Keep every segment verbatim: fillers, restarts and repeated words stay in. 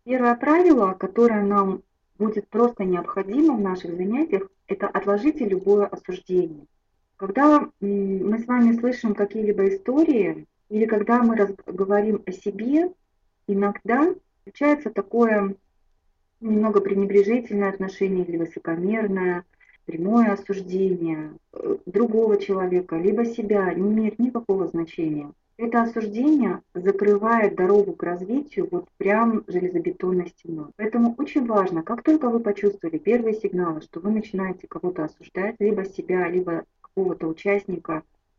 Первое правило, которое нам будет просто необходимо в наших занятиях, это отложите любое осуждение. Когда м, мы с вами слышим какие-либо истории или когда мы раз- говорим о себе, иногда включается такое немного пренебрежительное отношение или высокомерное, прямое осуждение э, другого человека, либо себя, не имеет никакого значения. Это осуждение закрывает дорогу к развитию вот прям железобетонной стеной. Поэтому очень важно, как только вы почувствовали первые сигналы, что вы начинаете кого-то осуждать, либо себя, либо какого-то участника,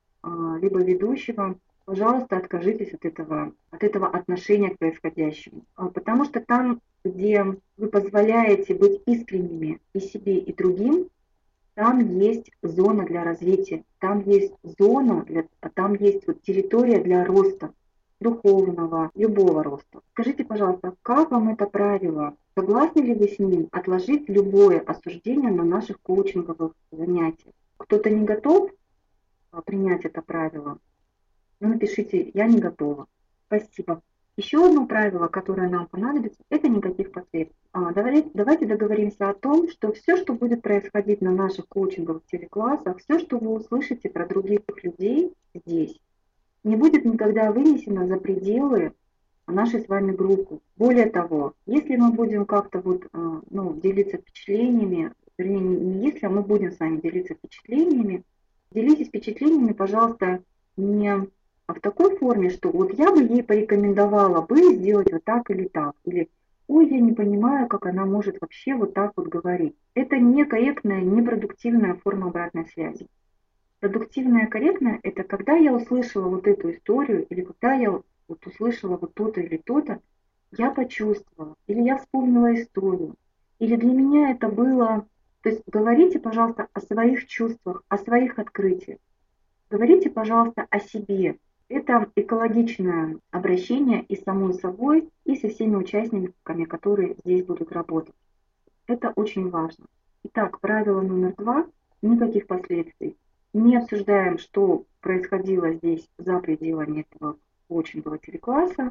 а, либо ведущего, пожалуйста, откажитесь от этого, от этого отношения к происходящему. А, Потому что там, где вы позволяете быть искренними и себе, и другим, там есть зона для развития, там есть зона, для, там есть вот территория для роста, духовного, любого роста. Скажите, пожалуйста, как вам это правило? Согласны ли вы с ним отложить любое осуждение на наших коучинговых занятиях? Кто-то не готов а, принять это правило? Ну, напишите «я не готова». Спасибо. Еще одно правило, которое нам понадобится, это никаких последствий. А, давайте, давайте договоримся о том, что все, что будет происходить на наших коучинговых телеклассах, все, что вы услышите про других людей здесь, не будет никогда вынесено за пределы нашей с вами группы. Более того, если мы будем как-то вот, а, ну, делиться впечатлениями, вернее, не не если, а мы будем с вами делиться впечатлениями, делитесь впечатлениями, пожалуйста, не в такой форме, что вот я бы ей порекомендовала бы сделать вот так или так, или ой, я не понимаю, как она может вообще вот так вот говорить. Это некорректная, непродуктивная форма обратной связи. Продуктивная, корректная — это когда я услышала вот эту историю, или когда я вот услышала вот то-то или то-то, я почувствовала, или я вспомнила историю, или для меня это было... То есть говорите, пожалуйста, о своих чувствах, о своих открытиях. Говорите, пожалуйста, о себе. Это экологичное обращение и с самой собой, и со всеми участниками, которые здесь будут работать. Это очень важно. Итак, правило номер два. Никаких последствий. Не обсуждаем, что происходило здесь за пределами этого коучингового телекласса.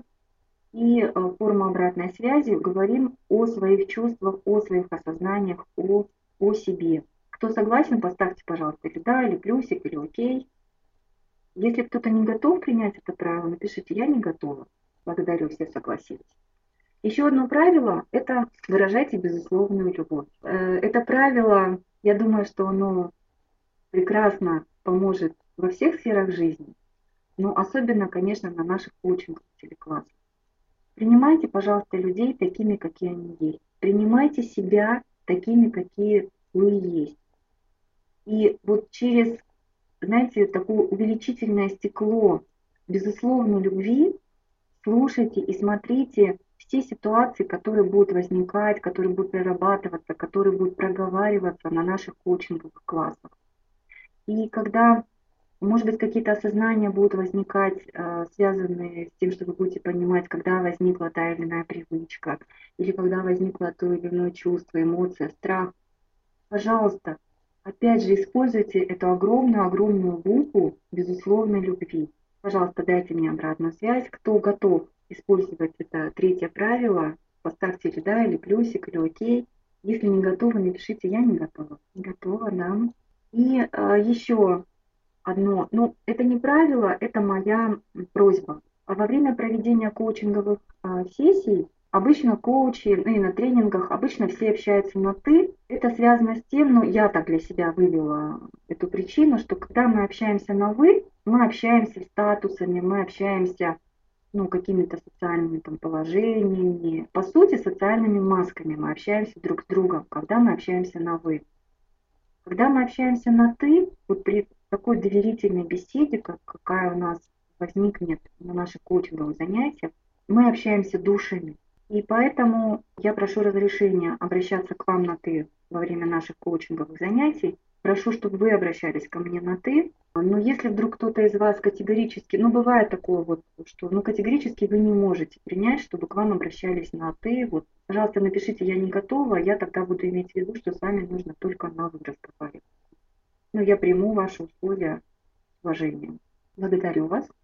И э, форма обратной связи. Говорим о своих чувствах, о своих осознаниях, о, о себе. Кто согласен, поставьте, пожалуйста, или да, или плюсик, или окей. Если кто-то не готов принять это правило, напишите «я не готова». Благодарю, все согласились. Еще одно правило — это выражайте безусловную любовь. Э, Это правило, я думаю, что оно прекрасно поможет во всех сферах жизни, но особенно, конечно, на наших коучинговых телеклассах. Принимайте, пожалуйста, людей такими, какие они есть. Принимайте себя такими, какие вы есть. И вот через, знаете, такое увеличительное стекло безусловной любви слушайте и смотрите все ситуации, которые будут возникать, которые будут прорабатываться, которые будут проговариваться на наших коучинговых классах. И когда, может быть, какие-то осознания будут возникать, э, связанные с тем, что вы будете понимать, когда возникла та или иная привычка, или когда возникло то или иное чувство, эмоция, страх, пожалуйста, опять же, используйте эту огромную-огромную лупу безусловной любви. Пожалуйста, дайте мне обратную связь. Кто готов использовать это третье правило, поставьте или да, или плюсик, или окей. Если не готовы, напишите «я не готова». Не готова, да. И э, еще одно, ну, это не правило, это моя просьба. А Во время проведения коучинговых а, сессий обычно коучи, ну и на тренингах, обычно все общаются на «ты». Это связано с тем, ну, я так для себя вывела эту причину, что когда мы общаемся на «вы», мы общаемся статусами, мы общаемся, ну, какими-то социальными там положениями, по сути, социальными масками мы общаемся друг с другом, когда мы общаемся на «вы». Когда мы общаемся на «ты», вот при такой доверительной беседе, как какая у нас возникнет на наших коучинговых занятиях, мы общаемся душами. И поэтому я прошу разрешения обращаться к вам на «ты» во время наших коучинговых занятий. Прошу, чтобы вы обращались ко мне на «ты». Но если вдруг кто-то из вас категорически, ну бывает такое вот, что ну категорически вы не можете принять, чтобы к вам обращались на «ты», вот, пожалуйста, напишите «я не готова», я тогда буду иметь в виду, что с вами нужно только на «вы» разговаривать. Но я приму ваши условия с уважением. Благодарю вас.